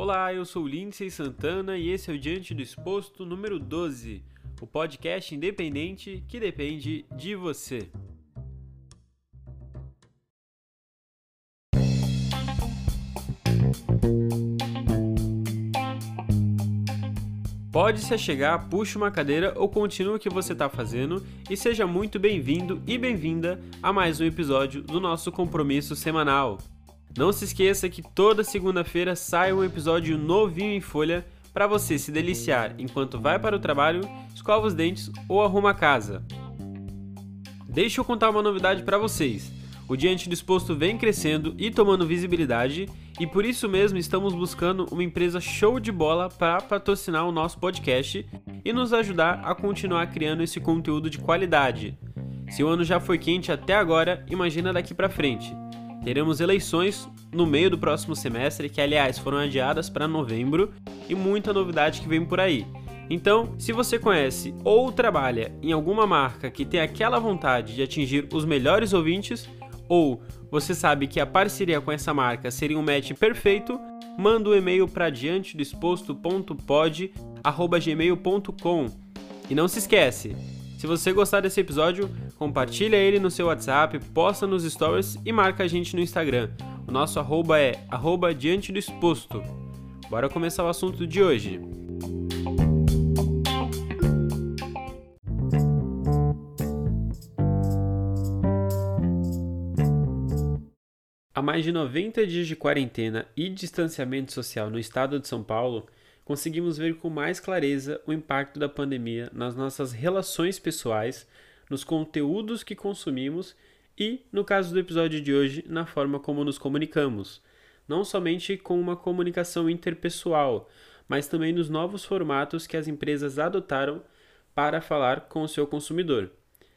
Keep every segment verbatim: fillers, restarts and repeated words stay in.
Olá, eu sou Lindsay Santana e esse é o Diante do Exposto número doze, o podcast independente que depende de você. Pode se achegar, puxe uma cadeira ou continue o que você está fazendo e seja muito bem-vindo e bem-vinda a mais um episódio do nosso compromisso semanal. Não se esqueça que toda segunda-feira sai um episódio novinho em folha para você se deliciar enquanto vai para o trabalho, escova os dentes ou arruma a casa. Deixa eu contar uma novidade para vocês. O Diante do Exposto vem crescendo e tomando visibilidade e por isso mesmo estamos buscando uma empresa show de bola para patrocinar o nosso podcast e nos ajudar a continuar criando esse conteúdo de qualidade. Se o ano já foi quente até agora, imagina daqui para frente. Teremos eleições no meio do próximo semestre, que aliás foram adiadas para novembro, e muita novidade que vem por aí. Então, se você conhece ou trabalha em alguma marca que tem aquela vontade de atingir os melhores ouvintes, ou você sabe que a parceria com essa marca seria um match perfeito, manda um e-mail para diante do exposto ponto pod arroba gmail ponto com. E não se esquece, se você gostar desse episódio, compartilha ele no seu WhatsApp, posta nos stories e marca a gente no Instagram. O nosso arroba é arroba diante do exposto. Bora começar o assunto de hoje. Há mais de noventa dias de quarentena e distanciamento social no estado de São Paulo, conseguimos ver com mais clareza o impacto da pandemia nas nossas relações pessoais, nos conteúdos que consumimos e, no caso do episódio de hoje, na forma como nos comunicamos. Não somente com uma comunicação interpessoal, mas também nos novos formatos que as empresas adotaram para falar com o seu consumidor.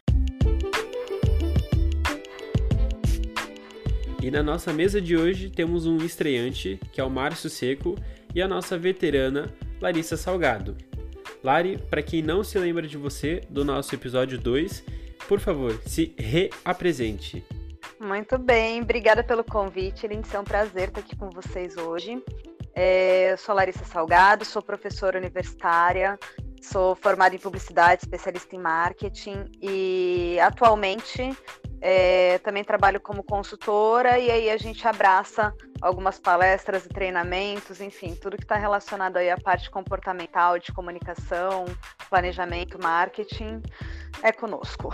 E na nossa mesa de hoje temos um estreante, que é o Márcio Seco, e a nossa veterana, Larissa Salgado. Lari, para quem não se lembra de você, do nosso episódio dois, por favor, se reapresente. Muito bem, obrigada pelo convite, Lindsay, é um prazer estar aqui com vocês hoje. É, eu sou Larissa Salgado, sou professora universitária, sou formada em publicidade, especialista em marketing e atualmente é, também trabalho como consultora e aí a gente abraça algumas palestras e treinamentos, enfim, tudo que está relacionado aí à parte comportamental, de comunicação, planejamento, marketing, é conosco.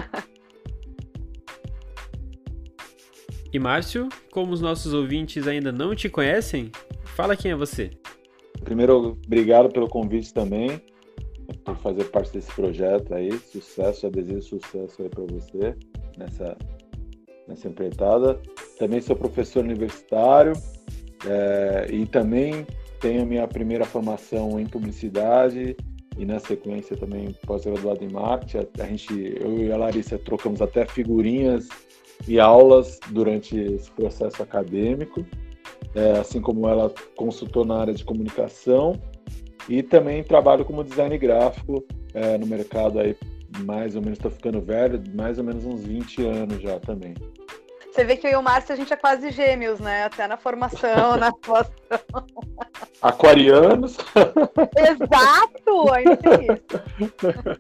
E Márcio, como os nossos ouvintes ainda não te conhecem, fala quem é você. Primeiro, obrigado pelo convite também, por fazer parte desse projeto aí. Sucesso, eu desejo sucesso aí para você nessa, nessa empreitada. Também sou professor universitário é, e também tenho a minha primeira formação em publicidade e na sequência também pós-graduado em marketing. A gente, eu e a Larissa trocamos até figurinhas e aulas durante esse processo acadêmico, é, assim como ela consultou na área de comunicação. E também trabalho como design gráfico é, no mercado aí, mais ou menos, estou ficando velho, mais ou menos uns vinte anos já também. Você vê que eu e o Márcio, a gente é quase gêmeos, né? Até na formação, na atuação. Aquarianos. Exato, ainda tem isso.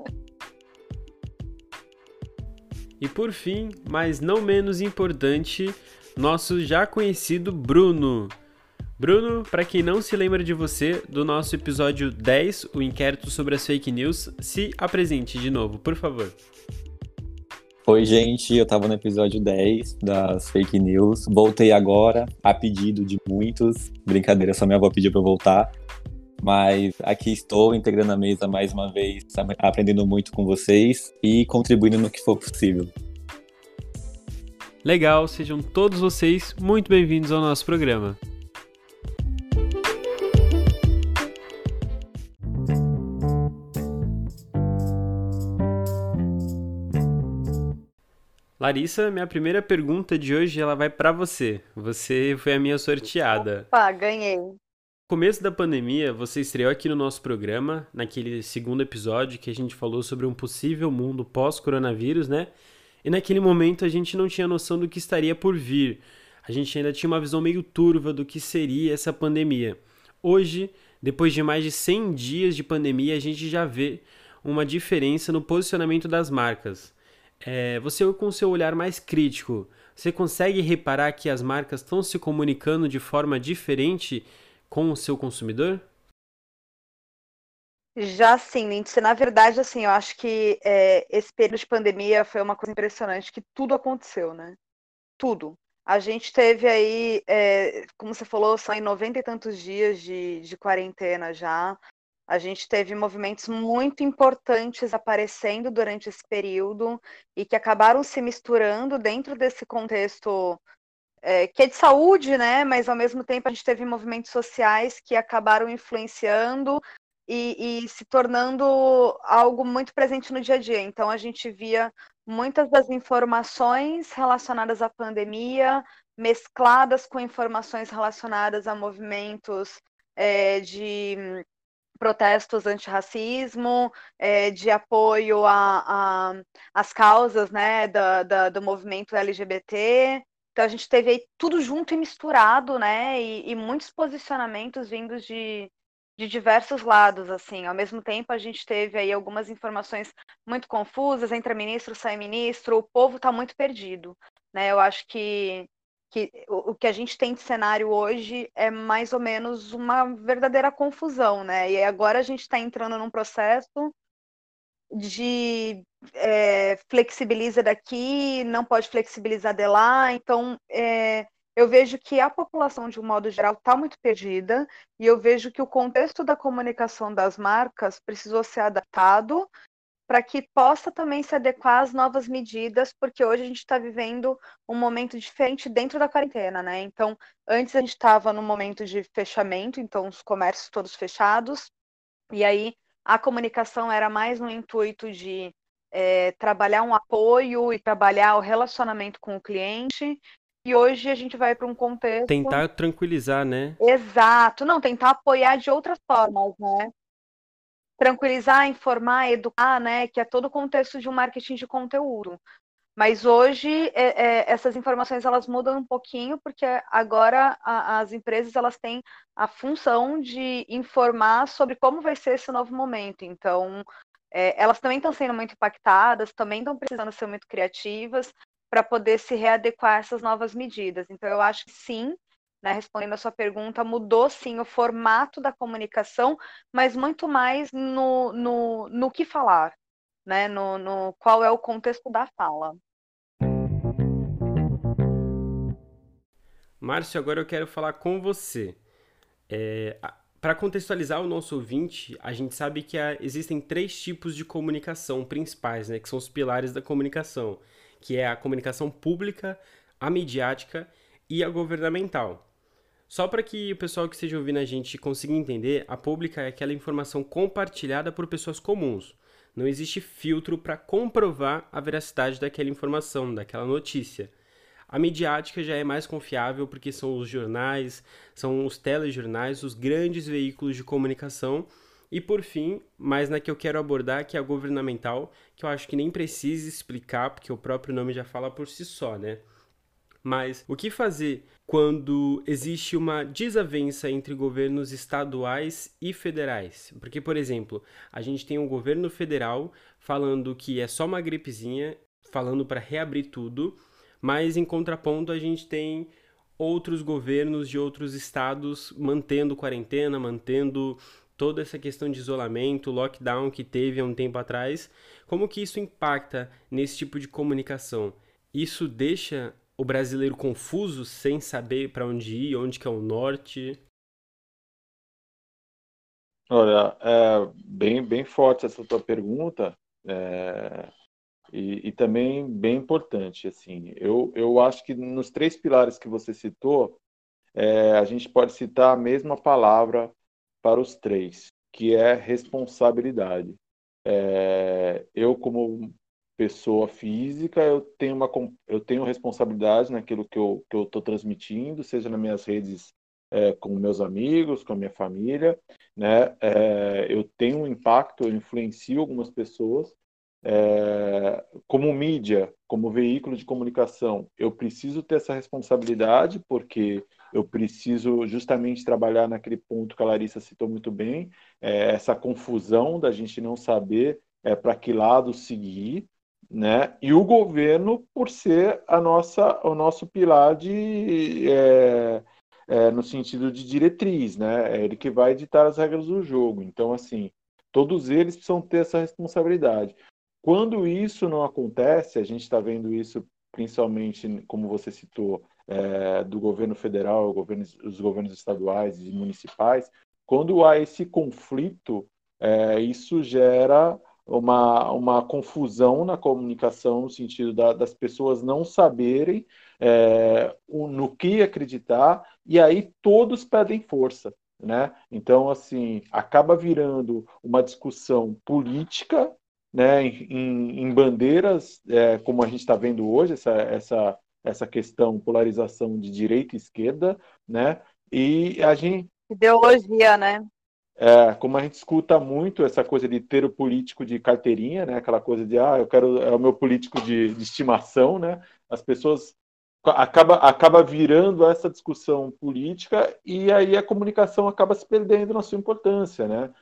E por fim, mas não menos importante, nosso já conhecido Bruno. Bruno, para quem não se lembra de você, do nosso episódio dez, o inquérito sobre as fake news, se apresente de novo, por favor. Oi, gente, eu tava no episódio dez das fake news, voltei agora, a pedido de muitos, brincadeira, só minha avó pediu pra eu voltar, mas aqui estou integrando a mesa mais uma vez, aprendendo muito com vocês e contribuindo no que for possível. Legal, sejam todos vocês muito bem-vindos ao nosso programa. Larissa, minha primeira pergunta de hoje ela vai para você. Você foi a minha sorteada. Opa, ganhei. No começo da pandemia, você estreou aqui no nosso programa, naquele segundo episódio que a gente falou sobre um possível mundo pós-coronavírus, né? E naquele momento a gente não tinha noção do que estaria por vir. A gente ainda tinha uma visão meio turva do que seria essa pandemia. Hoje, depois de mais de cem dias de pandemia, a gente já vê uma diferença no posicionamento das marcas. É, você, com seu olhar mais crítico, você consegue reparar que as marcas estão se comunicando de forma diferente com o seu consumidor? Já sim, Lindsay, na verdade, assim, eu acho que é, esse período de pandemia foi uma coisa impressionante, que tudo aconteceu, né? Tudo. A gente teve aí, é, como você falou, são em noventa e tantos dias de, de quarentena já. A gente teve movimentos muito importantes aparecendo durante esse período e que acabaram se misturando dentro desse contexto é, que é de saúde, né? Mas ao mesmo tempo a gente teve movimentos sociais que acabaram influenciando e, e se tornando algo muito presente no dia a dia. Então a gente via muitas das informações relacionadas à pandemia mescladas com informações relacionadas a movimentos é, de protestos antirracismo, é, de apoio às causas, né, da, da, do movimento L G B T. Então a gente teve aí tudo junto e misturado, né, e, e muitos posicionamentos vindos de, de diversos lados, assim. Ao mesmo tempo a gente teve aí algumas informações muito confusas, entra ministro, sai ministro, o povo está muito perdido, né. Eu acho que que o que a gente tem de cenário hoje é mais ou menos uma verdadeira confusão, né? E agora a gente está entrando num processo de é, flexibiliza daqui, não pode flexibilizar de lá. Então, é, eu vejo que a população, de um modo geral, está muito perdida, e eu vejo que o contexto da comunicação das marcas precisou ser adaptado para que possa também se adequar às novas medidas, porque hoje a gente está vivendo um momento diferente dentro da quarentena, né? Então, antes a gente estava no momento de fechamento, então os comércios todos fechados, e aí a comunicação era mais no intuito de é, trabalhar um apoio e trabalhar o relacionamento com o cliente, e hoje a gente vai para um contexto... Tentar tranquilizar, né? Exato, não, tentar apoiar de outras formas, né? Tranquilizar, informar, educar, né, que é todo o contexto de um marketing de conteúdo. Mas hoje é, é, essas informações elas mudam um pouquinho, porque agora a, as empresas elas têm a função de informar sobre como vai ser esse novo momento. Então, é, elas também estão sendo muito impactadas, também estão precisando ser muito criativas para poder se readequar a essas novas medidas. Então, eu acho que sim, né, respondendo a sua pergunta, mudou sim o formato da comunicação, mas muito mais no, no, no que falar, né, no, no qual é o contexto da fala. Márcio, agora eu quero falar com você. É, para contextualizar o nosso ouvinte, a gente sabe que há, existem três tipos de comunicação principais, né, que são os pilares da comunicação, que é a comunicação pública, a midiática e a governamental. Só para que o pessoal que esteja ouvindo a gente consiga entender, a pública é aquela informação compartilhada por pessoas comuns. Não existe filtro para comprovar a veracidade daquela informação, daquela notícia. A midiática já é mais confiável porque são os jornais, são os telejornais, os grandes veículos de comunicação. E por fim, mas na que eu quero abordar, que é a governamental, que eu acho que nem precisa explicar, porque o próprio nome já fala por si só, né? Mas o que fazer quando existe uma desavença entre governos estaduais e federais? Porque, por exemplo, a gente tem um governo federal falando que é só uma gripezinha, falando para reabrir tudo, mas em contraponto a gente tem outros governos de outros estados mantendo quarentena, mantendo toda essa questão de isolamento, lockdown que teve há um tempo atrás. Como que isso impacta nesse tipo de comunicação? Isso deixa o brasileiro confuso, sem saber para onde ir, onde que é o norte? Olha, é bem, bem forte essa tua pergunta, é, e, e também bem importante. Assim, eu, eu acho que nos três pilares que você citou, é, a gente pode citar a mesma palavra para os três, que é responsabilidade. É, eu, como pessoa física, eu tenho uma eu tenho responsabilidade naquilo que eu que eu estou transmitindo, seja nas minhas redes, é, com meus amigos, com a minha família, né? É, eu tenho um impacto, eu influencio algumas pessoas, é, como mídia, como veículo de comunicação, eu preciso ter essa responsabilidade, porque eu preciso justamente trabalhar naquele ponto que a Larissa citou muito bem, é, essa confusão da gente não saber é, para que lado seguir, né? E o governo, por ser a nossa, o nosso pilar de, é, é, no sentido de diretriz, né? É ele que vai ditar as regras do jogo. Então, assim, todos eles precisam ter essa responsabilidade. Quando isso não acontece, a gente está vendo isso principalmente, como você citou, é, do governo federal, governos, os governos estaduais e municipais, quando há esse conflito, é, isso gera uma, uma confusão na comunicação, no sentido da, das pessoas não saberem é, o, no que acreditar, e aí todos pedem força. Né? Então, assim, acaba virando uma discussão política, né, em, em bandeiras, é, como a gente está vendo hoje, essa, essa, essa questão, polarização de direita e esquerda, né? E a gente, Ideologia, né? é, como a gente escuta muito essa coisa de ter o político de carteirinha, né? Aquela coisa de, ah, eu quero, é o meu político de, de estimação, né? As pessoas acaba, acaba virando essa discussão política e aí a comunicação acaba se perdendo na sua importância, né?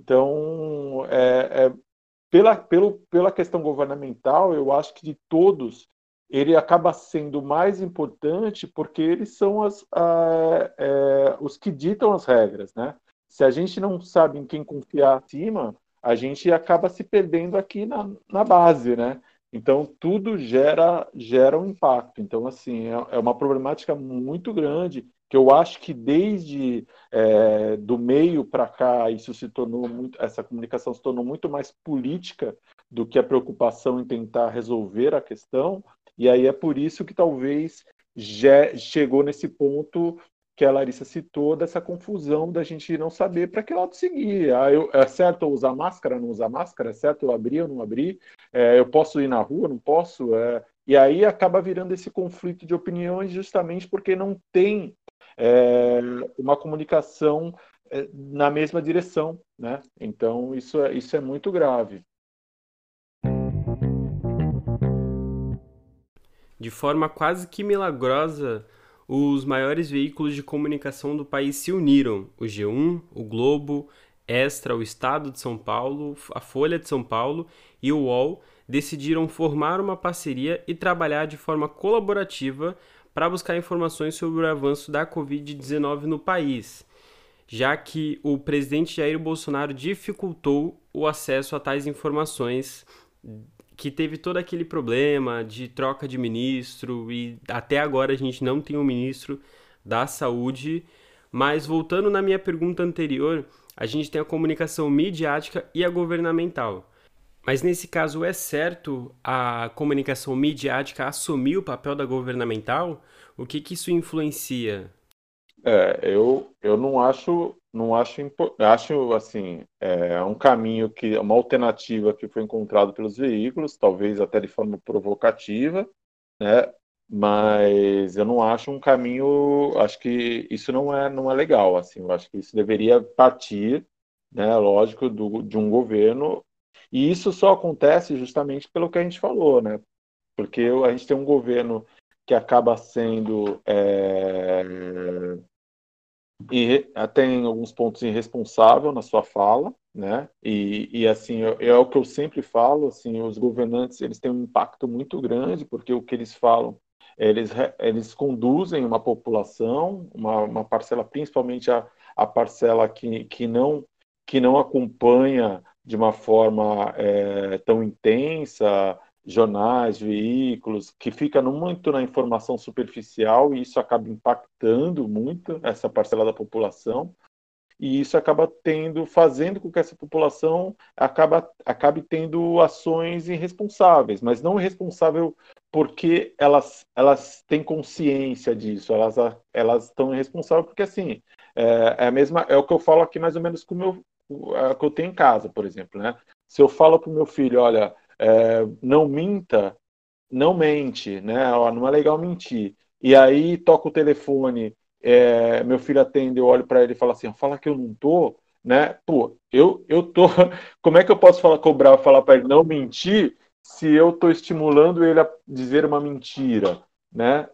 Então, é, é, pela, pelo, pela questão governamental, eu acho que de todos, ele acaba sendo mais importante porque eles são as, a, é, os que ditam as regras, né? Se a gente não sabe em quem confiar acima, a gente acaba se perdendo aqui na, na base, né? Então, tudo gera, gera um impacto. Então, assim, é, é uma problemática muito grande que eu acho que desde é, do meio para cá isso se tornou muito, essa comunicação se tornou muito mais política do que a preocupação em tentar resolver a questão, e aí é por isso que talvez já chegou nesse ponto que a Larissa citou, dessa confusão da gente não saber para que lado seguir. Ah, eu, é certo eu usar máscara, não usar máscara? É certo eu abrir ou não abrir? É, eu posso ir na rua, não posso? É, e aí acaba virando esse conflito de opiniões justamente porque não tem é, uma comunicação é, na mesma direção, né? Então isso é, isso é muito grave. De forma quase que milagrosa, os maiores veículos de comunicação do país se uniram: o G um, o Globo, Extra, o Estado de São Paulo, a Folha de São Paulo e o U O L decidiram formar uma parceria e trabalhar de forma colaborativa para buscar informações sobre o avanço da covid dezenove no país, já que o presidente Jair Bolsonaro dificultou o acesso a tais informações, que teve todo aquele problema de troca de ministro e até agora a gente não tem um ministro da saúde. Mas voltando na minha pergunta anterior, a gente tem a comunicação midiática e a governamental. Mas nesse caso, é certo a comunicação midiática assumir o papel da governamental? O que que isso influencia? É, eu, eu não acho, não acho, impo- acho assim, é um caminho que, uma alternativa que foi encontrado pelos veículos, talvez até de forma provocativa, né? Mas eu não acho um caminho, acho que isso não é, não é legal, assim, eu acho que isso deveria partir, né, lógico, do, de um governo, e isso só acontece justamente pelo que a gente falou, né? Porque a gente tem um governo que acaba sendo é, e até em alguns pontos irresponsável na sua fala, né? E, e assim é, é o que eu sempre falo, assim, os governantes eles têm um impacto muito grande porque o que eles falam, eles eles conduzem uma população, uma, uma parcela, principalmente a, a parcela que, que não que não acompanha de uma forma é, tão intensa jornais, veículos, que fica no- muito na informação superficial e isso acaba impactando muito essa parcela da população e isso acaba tendo, fazendo com que essa população acaba, acabe tendo ações irresponsáveis, mas não irresponsável porque elas, elas têm consciência disso, elas, elas estão irresponsáveis porque assim, é, é a mesma, é o que eu falo aqui mais ou menos com o meu, é o que eu tenho em casa, por exemplo, né? Se eu falo para o meu filho, olha, é, não minta, não mente, né? Ó, não é legal mentir. E aí toca o telefone, é, meu filho atende, eu olho para ele e falo assim, fala que eu não tô. né? Pô, eu, eu tô. Como é que eu posso falar, cobrar, falar para ele não mentir se eu estou estimulando ele a dizer uma mentira, né?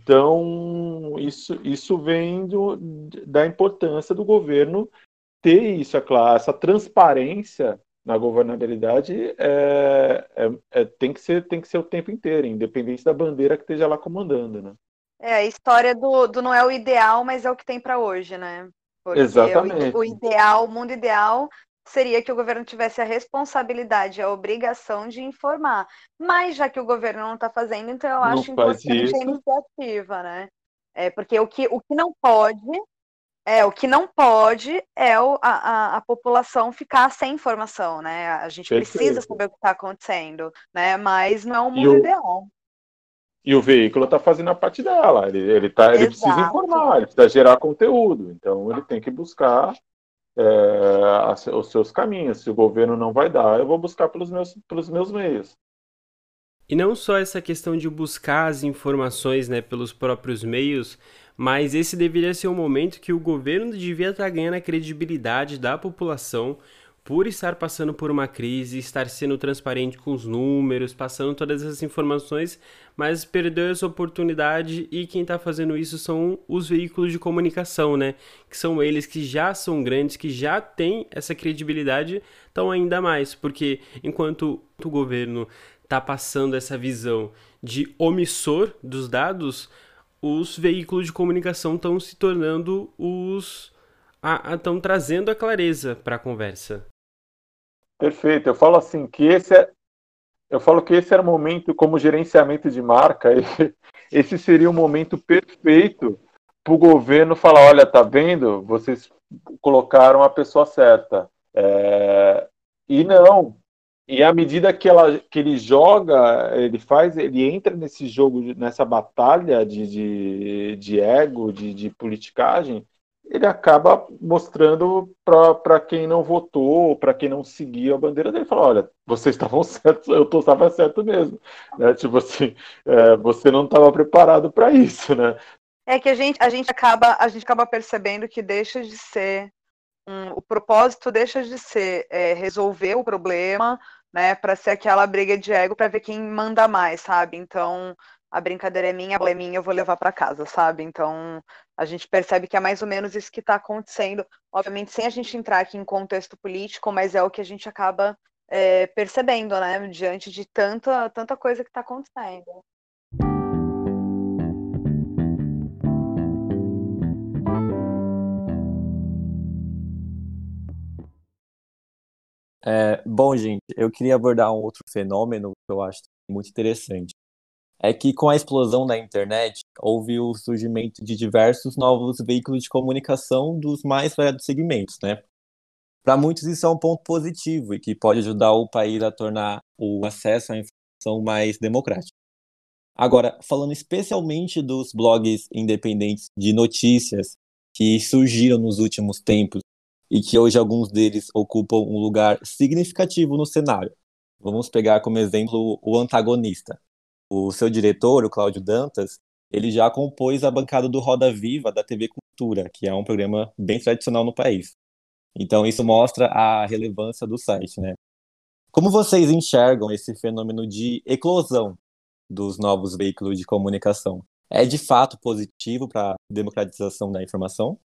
Então, isso, isso vem do, da importância do governo ter isso, é claro, essa transparência na governabilidade é, é, é, tem, que ser, tem que ser o tempo inteiro, independente da bandeira que esteja lá comandando, né? É a história do, do não é o ideal, mas é o que tem para hoje, né? Porque o, ide- o Exatamente. ideal, o mundo ideal seria que o governo tivesse a responsabilidade, a obrigação de informar. Mas já que o governo não está fazendo, então eu Não acho faz importante a isso. iniciativa, né? É, porque o que, o que não pode, é, o que não pode é o- a, a, a população ficar sem informação, né? A gente precisa Perfeito. saber o que está acontecendo, né? Mas não é o E mundo o, ideal. e o veículo está fazendo a parte dela. Ele, ele, tá, ele precisa Exato. informar, ele precisa gerar conteúdo. Então, ele tem que buscar é, as- os seus caminhos. Se o governo não vai dar, eu vou buscar pelos meus, pelos meus meios. E não só essa questão de buscar as informações, né, pelos próprios meios, mas esse deveria ser um momento que o governo devia estar ganhando a credibilidade da população por estar passando por uma crise, estar sendo transparente com os números, passando todas essas informações, mas perdeu essa oportunidade e quem está fazendo isso são os veículos de comunicação, né? Que são eles que já são grandes, que já têm essa credibilidade, então ainda mais, porque enquanto o governo está passando essa visão de omissor dos dados, os veículos de comunicação estão se tornando os. estão trazendo a clareza para a conversa. Perfeito. Eu falo assim que esse é, eu falo que esse era o momento como gerenciamento de marca. Esse seria o momento perfeito para o governo falar: olha, tá vendo? Vocês colocaram a pessoa certa. É, e não. E à medida que, ela, que ele joga, ele faz, ele entra nesse jogo, nessa batalha de, de, de ego, de, de politicagem, ele acaba mostrando para quem não votou, para quem não seguia a bandeira dele, fala, olha, vocês estavam certos, eu estava certo mesmo, né? Tipo assim, é, você não estava preparado para isso, né? É que a gente, a gente acaba, a gente acaba percebendo que deixa de ser um, o propósito deixa de ser é, resolver o problema, né, para ser aquela briga de ego para ver quem manda mais, sabe? Então a brincadeira é minha, a bola é minha, eu vou levar para casa, sabe? Então a gente percebe que é mais ou menos isso que está acontecendo, obviamente sem a gente entrar aqui em contexto político, mas é o que a gente acaba é, percebendo, né, diante de tanta tanta coisa que está acontecendo. É, bom, gente, eu queria abordar um outro fenômeno que eu acho muito interessante. É que com a explosão da internet, houve o surgimento de diversos novos veículos de comunicação dos mais variados segmentos, né? Para muitos isso é um ponto positivo e que pode ajudar o país a tornar o acesso à informação mais democrático. Agora, falando especialmente dos blogs independentes de notícias que surgiram nos últimos tempos e que hoje alguns deles ocupam um lugar significativo no cenário. Vamos pegar como exemplo o Antagonista. O seu diretor, o Cláudio Dantas, ele já compôs a bancada do Roda Viva da T V Cultura, que é um programa bem tradicional no país. Então isso mostra a relevância do site, né? Como vocês enxergam esse fenômeno de eclosão dos novos veículos de comunicação? É de fato positivo para a democratização da informação?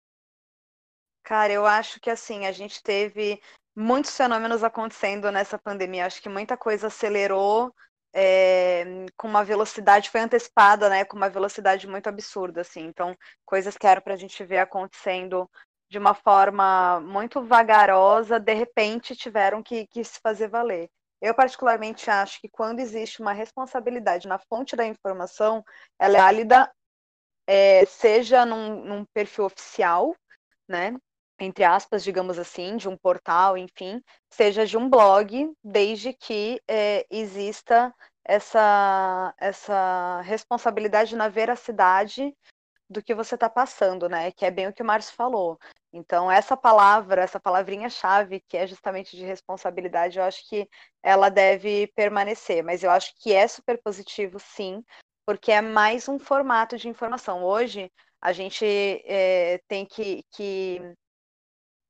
Cara, eu acho que assim, a gente teve muitos fenômenos acontecendo nessa pandemia. Acho que muita coisa acelerou é, com uma velocidade, foi antecipada, né? Com uma velocidade muito absurda, assim. Então, coisas que eram para a gente ver acontecendo de uma forma muito vagarosa, de repente tiveram que, que se fazer valer. Eu, particularmente, acho que quando existe uma responsabilidade na fonte da informação, ela é válida, é, seja num, num perfil oficial, né? Entre aspas, digamos assim, de um portal, enfim, seja de um blog, desde que é, exista essa, essa responsabilidade na veracidade do que você está passando, né? Que é bem o que o Márcio falou. Então, essa palavra, essa palavrinha-chave, que é justamente de responsabilidade, eu acho que ela deve permanecer. Mas eu acho que é super positivo, sim, porque é mais um formato de informação. Hoje, a gente é, tem que, que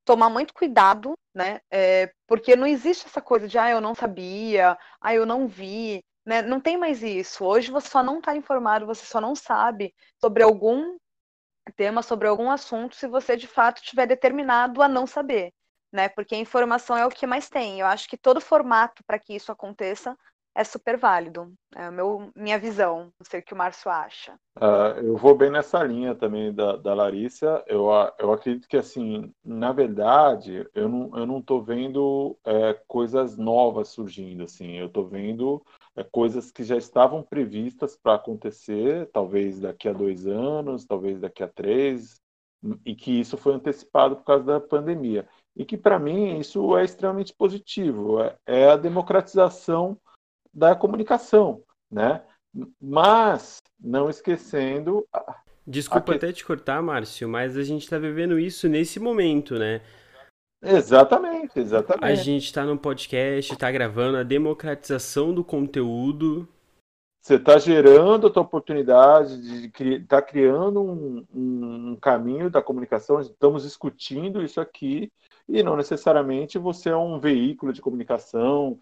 tomar muito cuidado, né? É, porque não existe essa coisa de, ah, eu não sabia, ah, eu não vi, né? Não tem mais isso. Hoje você só não está informado, você só não sabe sobre algum tema, sobre algum assunto, se você de fato estiver determinado a não saber, né? Porque a informação é o que mais tem. Eu acho que todo formato para que isso aconteça é super válido. É a meu, minha visão. Não sei o que o Márcio acha. Ah, eu vou bem nessa linha também da, da Larissa. Eu, a- eu acredito que, assim, na verdade, eu não, eu não tô vendo é, coisas novas surgindo, assim. Eu tô vendo é, coisas que já estavam previstas para acontecer, talvez daqui a dois anos, talvez daqui a três, e que isso foi antecipado por causa da pandemia. E que, para mim, isso é extremamente positivo. É, é a democratização da comunicação, né? Mas não esquecendo a, a Desculpa que... até te cortar, Márcio, mas a gente tá vivendo isso nesse momento, né? Exatamente, A exatamente. gente tá no podcast, tá gravando a democratização do conteúdo. Você está gerando a tua oportunidade de estar tá criando um, um, um caminho da comunicação. Estamos discutindo isso aqui e não necessariamente você é um veículo de comunicação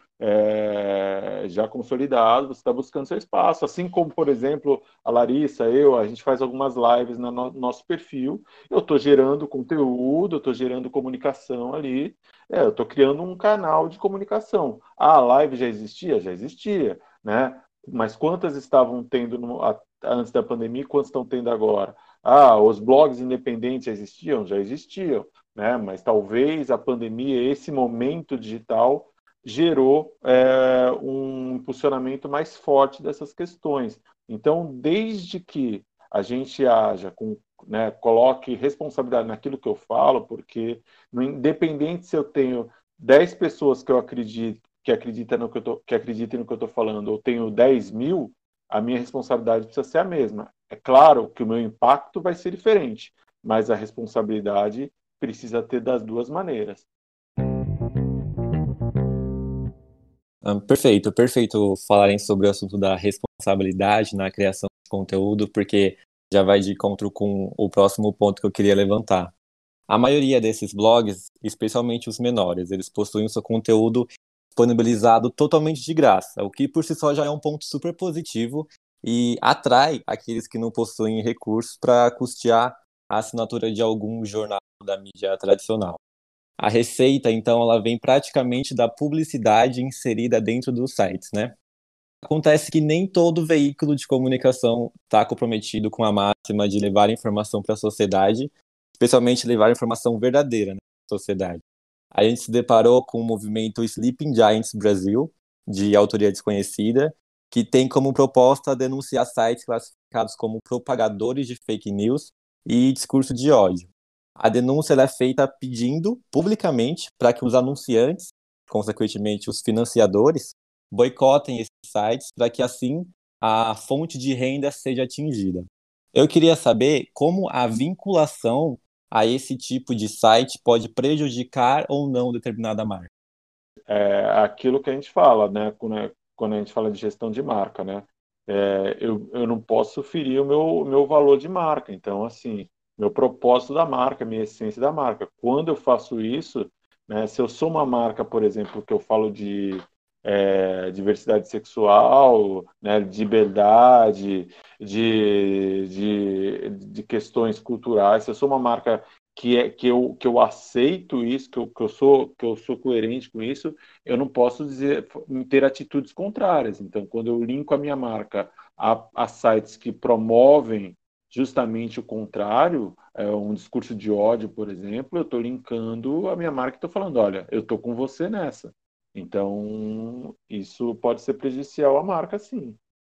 é, já consolidado. Você está buscando seu espaço. Assim como, por exemplo, a Larissa, eu, a gente faz algumas lives no no nosso perfil. Eu estou gerando conteúdo, eu estou gerando comunicação ali. É, eu estou criando um canal de comunicação. Ah, a live já existia? Já existia, né? Mas quantas estavam tendo no, a, antes da pandemia e quantas estão tendo agora? Ah, os blogs independentes já existiam? Já existiam, né? Mas talvez a pandemia, esse momento digital, gerou é, um impulsionamento mais forte dessas questões. Então, desde que a gente haja com, né, coloque responsabilidade naquilo que eu falo, porque independente se eu tenho dez pessoas que eu acredito que acredita no que eu tô, que acreditem no que eu estou falando, ou tenho dez mil, a minha responsabilidade precisa ser a mesma. É claro que o meu impacto vai ser diferente, mas a responsabilidade precisa ter das duas maneiras. Ah, perfeito, perfeito falarem sobre o assunto da responsabilidade na criação de conteúdo, porque já vai de encontro com o próximo ponto que eu queria levantar. A maioria desses blogs, especialmente os menores, eles possuem o seu conteúdo disponibilizado totalmente de graça, o que por si só já é um ponto super positivo e atrai aqueles que não possuem recursos para custear a assinatura de algum jornal da mídia tradicional. A receita, então, ela vem praticamente da publicidade inserida dentro dos sites, né? Acontece que nem todo veículo de comunicação está comprometido com a máxima de levar informação para a sociedade, especialmente levar informação verdadeira, né, para a sociedade. A gente se deparou com o movimento Sleeping Giants Brasil, de autoria desconhecida, que tem como proposta denunciar sites classificados como propagadores de fake news e discurso de ódio. A denúncia ela é feita pedindo publicamente para que os anunciantes, consequentemente os financiadores, boicotem esses sites para que assim a fonte de renda seja atingida. Eu queria saber como a vinculação a esse tipo de site pode prejudicar ou não determinada marca. É aquilo que a gente fala, né? Quando, quando a gente fala de gestão de marca, né? É, eu, eu não posso ferir o meu, meu valor de marca. Então, assim, meu propósito da marca, minha essência da marca. Quando eu faço isso, né? Se eu sou uma marca, por exemplo, que eu falo de é, diversidade sexual, né? De liberdade, de, de, de questões culturais, se eu sou uma marca que, é, que, eu, que eu aceito isso, que eu, que, eu sou, que eu sou coerente com isso, eu não posso dizer, ter atitudes contrárias. Então, quando eu linko a minha marca a, a sites que promovem justamente o contrário, é, um discurso de ódio, por exemplo, eu estou linkando a minha marca e estou falando, olha, eu estou com você nessa. Então, isso pode ser prejudicial à marca, sim.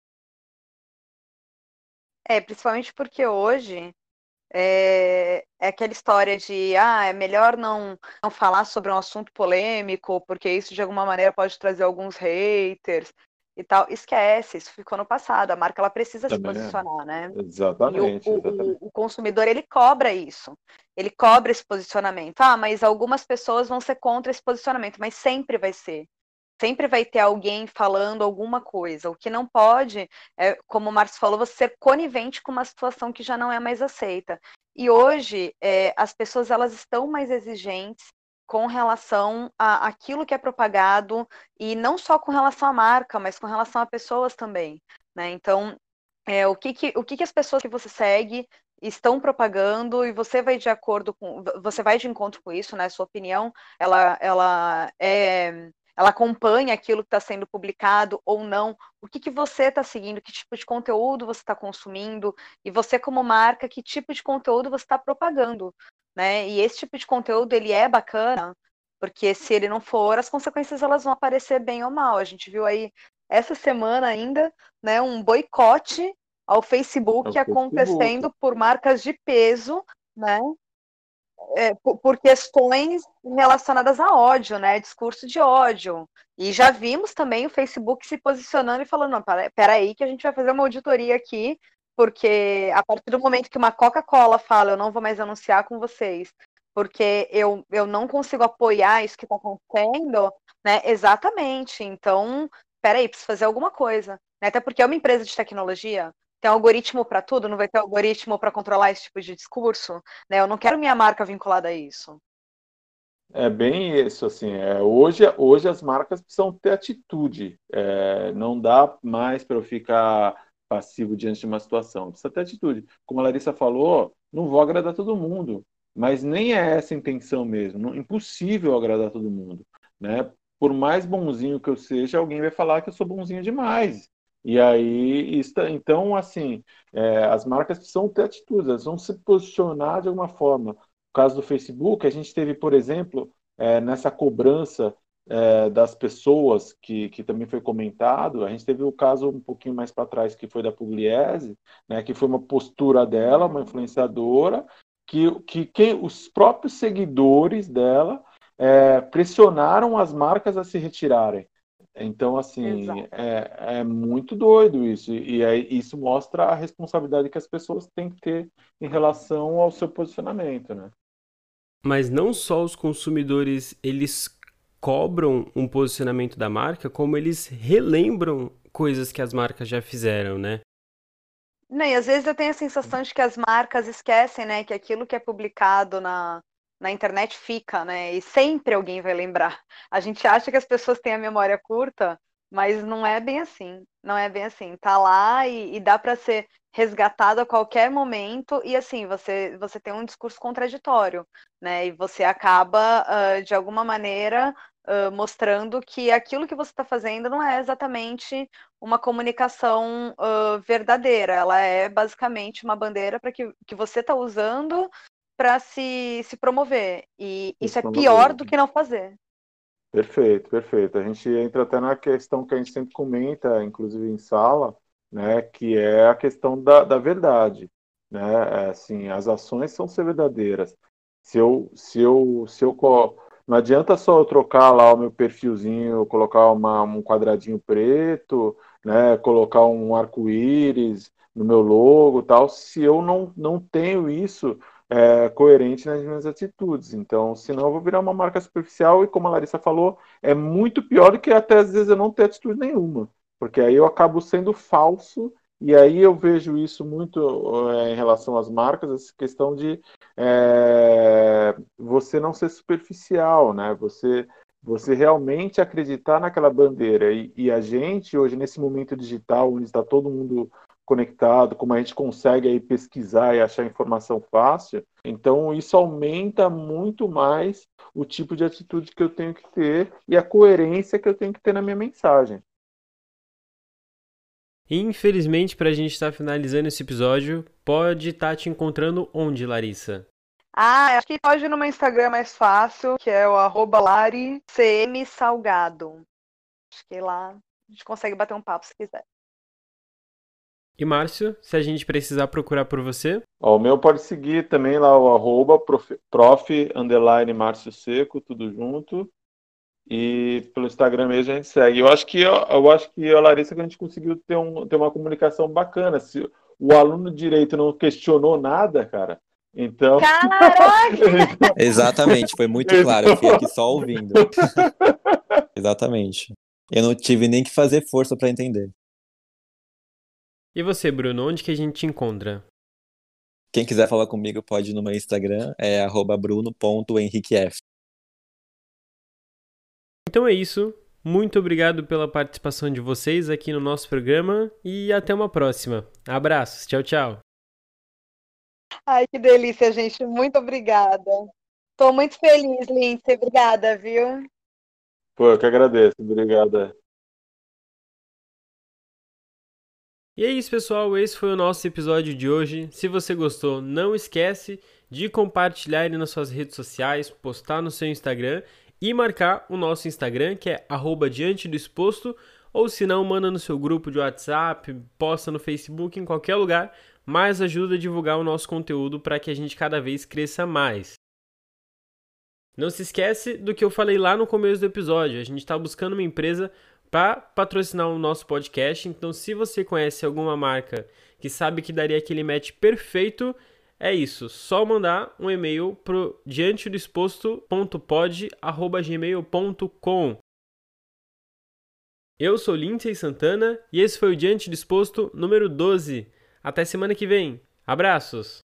É, principalmente porque hoje é, é aquela história de ah, é melhor não, não falar sobre um assunto polêmico, porque isso de alguma maneira pode trazer alguns haters e tal. Esquece, isso ficou no passado. A marca ela precisa se Também é. posicionar, né? E o, Exatamente, exatamente. o, o consumidor ele cobra isso. Ele cobra esse posicionamento. Ah, mas algumas pessoas vão ser contra esse posicionamento, mas sempre vai ser. sempre vai ter alguém falando alguma coisa. O que não pode, é, como o Márcio falou, você ser conivente com uma situação que já não é mais aceita. E hoje, é, as pessoas elas estão mais exigentes com relação a aquilo que é propagado, e não só com relação à marca, mas com relação a pessoas também, né? Então, é, o, que, que, o que, que as pessoas que você segue estão propagando, e você vai de acordo com, você vai de encontro com isso, né? Sua opinião, ela, ela é, ela acompanha aquilo que está sendo publicado ou não. O que, que você está seguindo, que tipo de conteúdo você está consumindo, e você como marca, que tipo de conteúdo você está propagando, né? E esse tipo de conteúdo, ele é bacana, porque se ele não for, as consequências elas vão aparecer bem ou mal. A gente viu aí essa semana ainda, né, um boicote ao Facebook É o Facebook. acontecendo por marcas de peso, né, é, por, por questões relacionadas a ódio, né, discurso de ódio. E já vimos também o Facebook se posicionando e falando, não, peraí que a gente vai fazer uma auditoria aqui, porque a partir do momento que uma Coca-Cola fala, eu não vou mais anunciar com vocês, porque eu, eu não consigo apoiar isso que está acontecendo, né, exatamente, então, peraí, preciso fazer alguma coisa, né, até porque é uma empresa de tecnologia, tem algoritmo para tudo, não vai ter algoritmo para controlar esse tipo de discurso, né? Eu não quero minha marca vinculada a isso. É bem isso, assim, é, hoje, hoje as marcas precisam ter atitude, é, não dá mais para eu ficar passivo diante de uma situação, precisa ter atitude. Como a Larissa falou, não vou agradar todo mundo, mas nem é essa a intenção mesmo, não, impossível agradar todo mundo, né? Por mais bonzinho que eu seja, alguém vai falar que eu sou bonzinho demais. E aí, está, então, assim, é, as marcas precisam ter atitudes, elas vão se posicionar de alguma forma. No caso do Facebook, a gente teve, por exemplo, é, nessa cobrança é, das pessoas, que, que também foi comentado, a gente teve o caso um pouquinho mais para trás, que foi da Pugliese, né, que foi uma postura dela, uma influenciadora, que, que quem, os próprios seguidores dela é, pressionaram as marcas a se retirarem. Então, assim, é, é muito doido isso. E aí, isso mostra a responsabilidade que as pessoas têm que ter em relação ao seu posicionamento, né? Mas não só os consumidores, eles cobram um posicionamento da marca, como eles relembram coisas que as marcas já fizeram, né? Não, e às vezes eu tenho a sensação de que as marcas esquecem, né, que aquilo que é publicado na, na internet fica, né, e sempre alguém vai lembrar. A gente acha que as pessoas têm a memória curta, mas não é bem assim, não é bem assim. Tá lá e, e dá para ser resgatado a qualquer momento, e assim, você, você tem um discurso contraditório, né, e você acaba, uh, de alguma maneira, uh, mostrando que aquilo que você está fazendo não é exatamente uma comunicação uh, verdadeira, ela é basicamente uma bandeira para que, que você está usando para se, se promover, e isso é pior do que não fazer. Perfeito, perfeito. A gente entra até na questão que a gente sempre comenta, inclusive em sala, né, que é a questão da, da verdade, né? Assim, as ações são ser verdadeiras. Se eu, se eu, se eu não adianta só eu trocar lá o meu perfilzinho, colocar uma, um quadradinho preto, né, colocar um arco-íris no meu logo, tal, se eu não, não tenho isso é, coerente nas minhas atitudes. Então, senão eu vou virar uma marca superficial e, como a Larissa falou, é muito pior do que até às vezes eu não ter atitude nenhuma, porque aí eu acabo sendo falso. E aí eu vejo isso muito é, em relação às marcas, essa questão de é, você não ser superficial, né? Você, você realmente acreditar naquela bandeira. E, e a gente, hoje, nesse momento digital, onde está todo mundo conectado, como a gente consegue aí pesquisar e achar informação fácil, então isso aumenta muito mais o tipo de atitude que eu tenho que ter e a coerência que eu tenho que ter na minha mensagem. Infelizmente, para a gente estar tá finalizando esse episódio, pode estar tá te encontrando onde, Larissa? Ah, acho que pode ir no meu Instagram mais fácil, que é o arroba laricmsalgado. Acho que lá a gente consegue bater um papo se quiser. E Márcio, se a gente precisar procurar por você? Ó, o meu pode seguir também lá o arroba prof, prof underline Márcio Seco, tudo junto. E pelo Instagram mesmo a gente segue. Eu acho que eu, eu acho que a Larissa, que a gente conseguiu ter, um, ter uma comunicação bacana. Se o aluno de direito não questionou nada, cara, então. Caraca! Exatamente, foi muito claro. Eu fiquei aqui só ouvindo. Exatamente. Eu não tive nem que fazer força pra entender. E você, Bruno, onde que a gente te encontra? Quem quiser falar comigo pode ir no meu Instagram, é arroba bruno ponto henriquef. Então é isso. Muito obrigado pela participação de vocês aqui no nosso programa e até uma próxima. Abraços, tchau, tchau. Ai, que delícia, gente. Muito obrigada. Estou muito feliz, Lindsay. Obrigada, viu? Pô, eu que agradeço. Obrigado. E é isso, pessoal. Esse foi o nosso episódio de hoje. Se você gostou, não esquece de compartilhar ele nas suas redes sociais, postar no seu Instagram e marcar o nosso Instagram, que é arroba diante do exposto, ou se não, manda no seu grupo de WhatsApp, posta no Facebook, em qualquer lugar, mas ajuda a divulgar o nosso conteúdo para que a gente cada vez cresça mais. Não se esquece do que eu falei lá no começo do episódio, a gente está buscando uma empresa para patrocinar o nosso podcast, então se você conhece alguma marca que sabe que daria aquele match perfeito, é isso, só mandar um e-mail pro diante do exposto ponto pod arroba gmail ponto com. Eu sou Lindsay Santana e esse foi o Diante do Exposto número doze. Até semana que vem. Abraços!